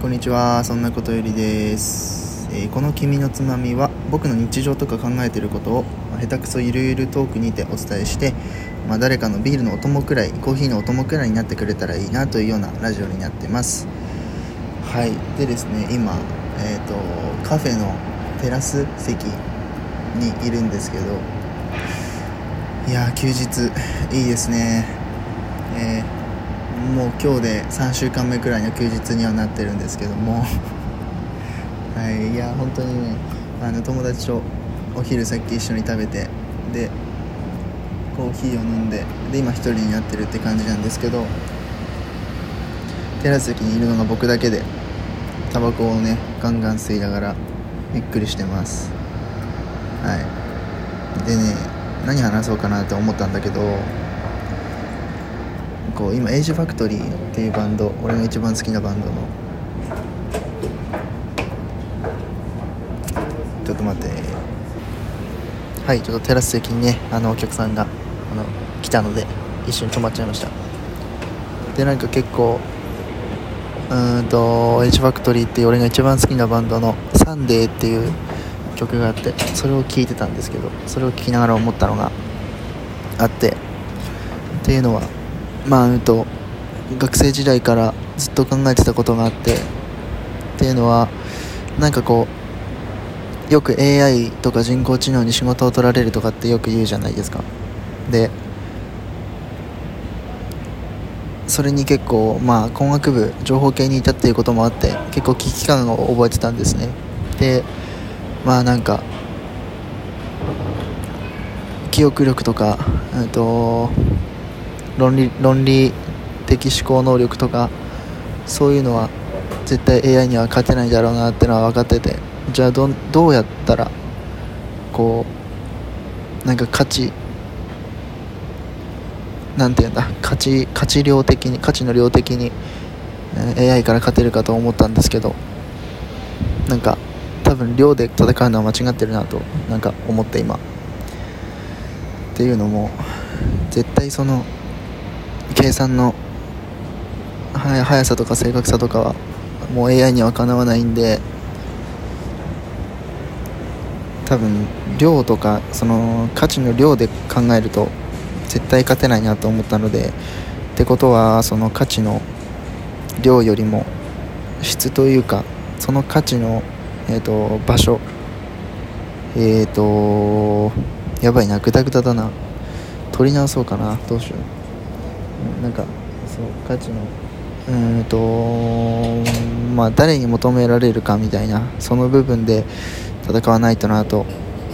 こんにちは。そんなことよりです。この君のつまみは僕の日常とか考えていることを下手くそゆるゆるトークにてお伝えして、誰かのビールのお供くらい、コーヒーのお供くらいになってくれたらいいなというようなラジオになってます。はい。でですね、今、カフェのテラス席にいるんですけど、いや休日いいですね。もう今日で3週間目くらいの休日にはなってるんですけどもはい、いや本当にね、友達とお昼さっき一緒に食べて、でコーヒーを飲んで、で今一人になってるって感じなんですけど、テラス席にいるのが僕だけで、タバコをねガンガン吸いながらゆっくりしてます。はい。でね、何話そうかなって思ったんだけど、今エイジファクトリーっていうバンド、俺が一番好きなバンドの、ちょっと待って、はい、ちょっとテラス席にねお客さんが来たので一緒に泊まっちゃいました。でなんか結構エイジファクトリーっていう俺が一番好きなバンドのサンデーっていう曲があって、それを聴いてたんですけど、それを聴きながら思ったのがあって、っていうのは学生時代からずっと考えてたことがあって、っていうのはなんかよく AI とか人工知能に仕事を取られるとかってよく言うじゃないですか。でそれに結構工学部情報系にいたっていうこともあって、結構危機感を覚えてたんですね。でなんか記憶力とか論理的思考能力とか、そういうのは絶対 AI には勝てないだろうなってのは分かってて、じゃあどうやったら価値の量的に AI から勝てるかと思ったんですけど、多分量で戦うのは間違ってるなと思って今。っていうのも絶対その計算の速さとか正確さとかはもう AI にはかなわないんで、多分量とかその価値の量で考えると絶対勝てないなと思ったので、ってことはその価値の量よりも質というか、その価値の場所、やばいな、グダグダだな、取り直そうかな、どうしよう。そう価値の誰に求められるかみたいな、その部分で戦わないとなと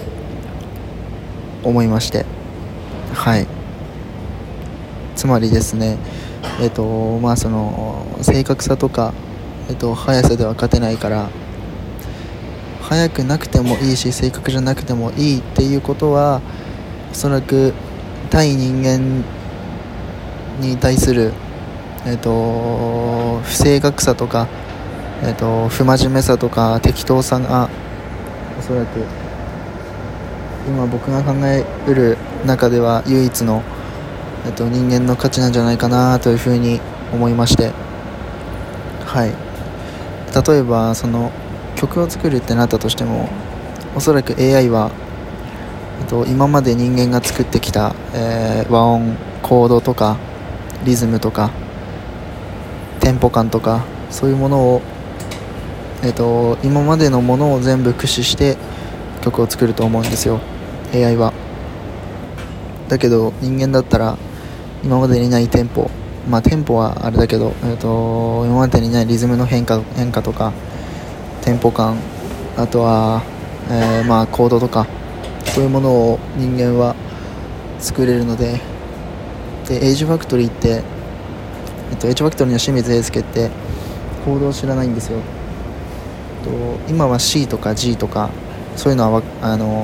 思いまして、はい。つまりですね、その正確さとか、速さでは勝てないから、速くなくてもいいし正確じゃなくてもいいっていうことは、おそらく対人間に対する不正確さとか、不真面目さとか適当さがおそらく今僕が考えうる中では唯一の、人間の価値なんじゃないかなというふうに思いまして、はい。例えばその曲を作るってなったとしても、おそらく AI は、今まで人間が作ってきた、和音、コードとかリズムとかテンポ感とか、そういうものを、今までのものを全部駆使して曲を作ると思うんですよ、 AI は。だけど人間だったら今までにないテンポはあれだけど、今までにないリズムの変化とかテンポ感、あとは、コードとか、そういうものを人間は作れるので、エイジファクトリーって、エイジファクトリーの清水英介ってコードを知らないんですよ。今は C とか G とかそういうのは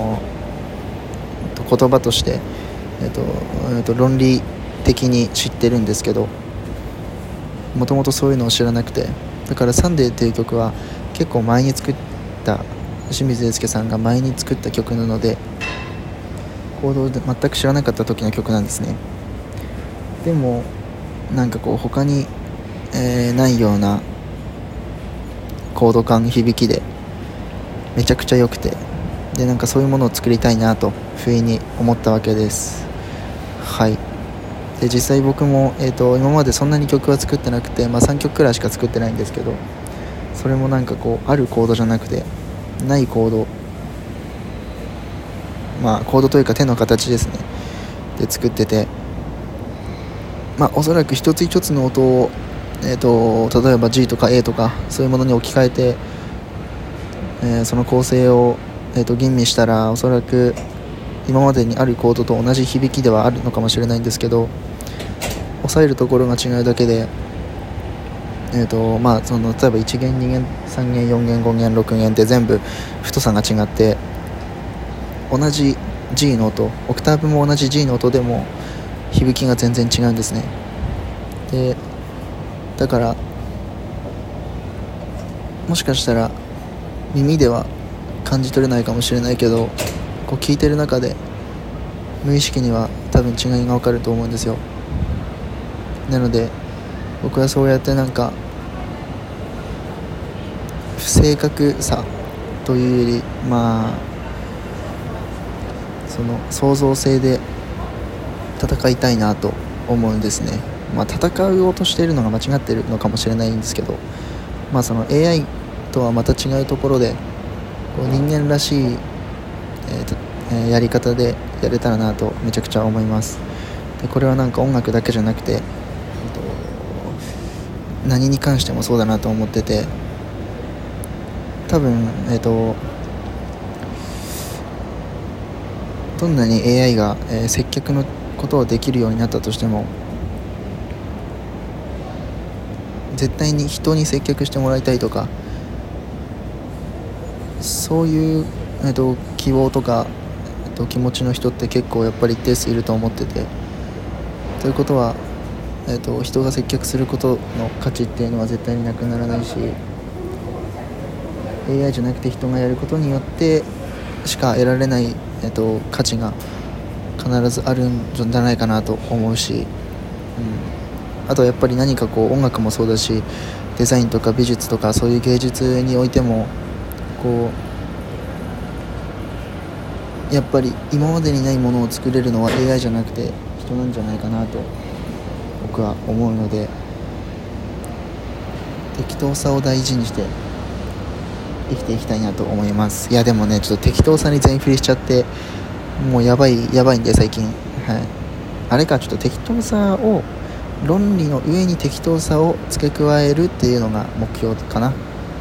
言葉として、論理的に知ってるんですけど、もともとそういうのを知らなくて、だからサンデーっていう曲は結構前に作った、清水英介さんが前に作った曲なので、コードを全く知らなかった時の曲なんですね。でも他に、ないようなコード感響きでめちゃくちゃ良くて、でなんかそういうものを作りたいなと不意に思ったわけです。はい。で実際僕も、今までそんなに曲は作ってなくて、3曲くらいしか作ってないんですけど、それもなんかこうあるコードじゃなくてないコード、コードというか手の形ですねで作ってて、おそらく一つ一つの音を、例えば G とか A とかそういうものに置き換えて、その構成を、吟味したらおそらく今までにあるコードと同じ響きではあるのかもしれないんですけど、押さえるところが違うだけで、その例えば1弦2弦3弦4弦5弦6弦って全部太さが違って、同じ G の音、オクターブも同じ G の音でも響きが全然違うんですね。でだからもしかしたら耳では感じ取れないかもしれないけど、こう聞いてる中で無意識には多分違いが分かると思うんですよ。なので僕はそうやってなんか不正確さというより、その創造性で戦いたいなと思うんですね。戦おうとしているのが間違っているのかもしれないんですけど、その AI とはまた違うところでこう人間らしい、やり方でやれたらなとめちゃくちゃ思います。でこれはなんか音楽だけじゃなくて、何に関してもそうだなと思ってて、多分どんなに AI が、接客のことをできるようになったとしても、絶対に人に接客してもらいたいとか、そういう、希望とか、気持ちの人って結構やっぱり一定数いると思ってて、ということは、人が接客することの価値っていうのは絶対になくならないし、 AI じゃなくて人がやることによってしか得られない、価値が必ずあるんじゃないかなと思うし、あとやっぱり何かこう音楽もそうだし、デザインとか美術とかそういう芸術においてもこうやっぱり今までにないものを作れるのは AI じゃなくて人なんじゃないかなと僕は思うので、適当さを大事にして生きていきたいなと思います。いやでもね、ちょっと適当さに全振りしちゃってもうやばいんで最近、あれか、ちょっと適当さを論理の上に適当さを付け加えるっていうのが目標かな。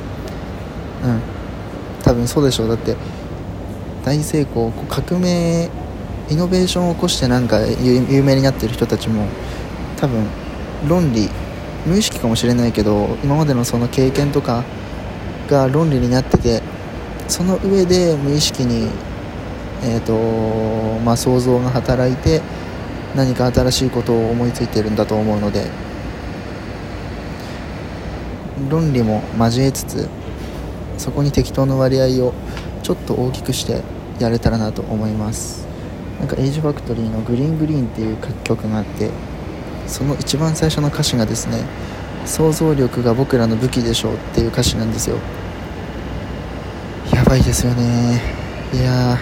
多分そうでしょう。だって大成功、革命、イノベーションを起こしてなんか有名になってる人たちも多分論理、無意識かもしれないけど今までのその経験とかが論理になってて、その上で無意識に想像が働いて何か新しいことを思いついているんだと思うので、論理も交えつつそこに適当の割合をちょっと大きくしてやれたらなと思います。なんかエイジファクトリーのグリーングリーンっていう曲があって、その一番最初の歌詞がですね、想像力が僕らの武器でしょうっていう歌詞なんですよ。やばいですよね。いや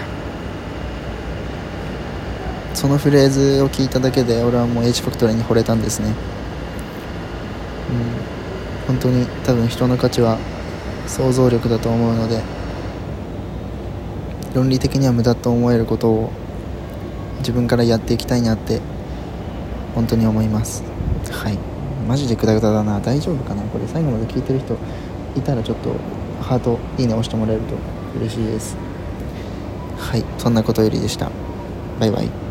そのフレーズを聞いただけで俺はもうエイジファクトリーに惚れたんですね。本当に多分人の価値は想像力だと思うので、論理的には無駄と思えることを自分からやっていきたいなって本当に思います。マジでグダグダだな。大丈夫かな。これ最後まで聞いてる人いたらちょっとハートいいね押してもらえると嬉しいです。そんなことよりでした。バイバイ。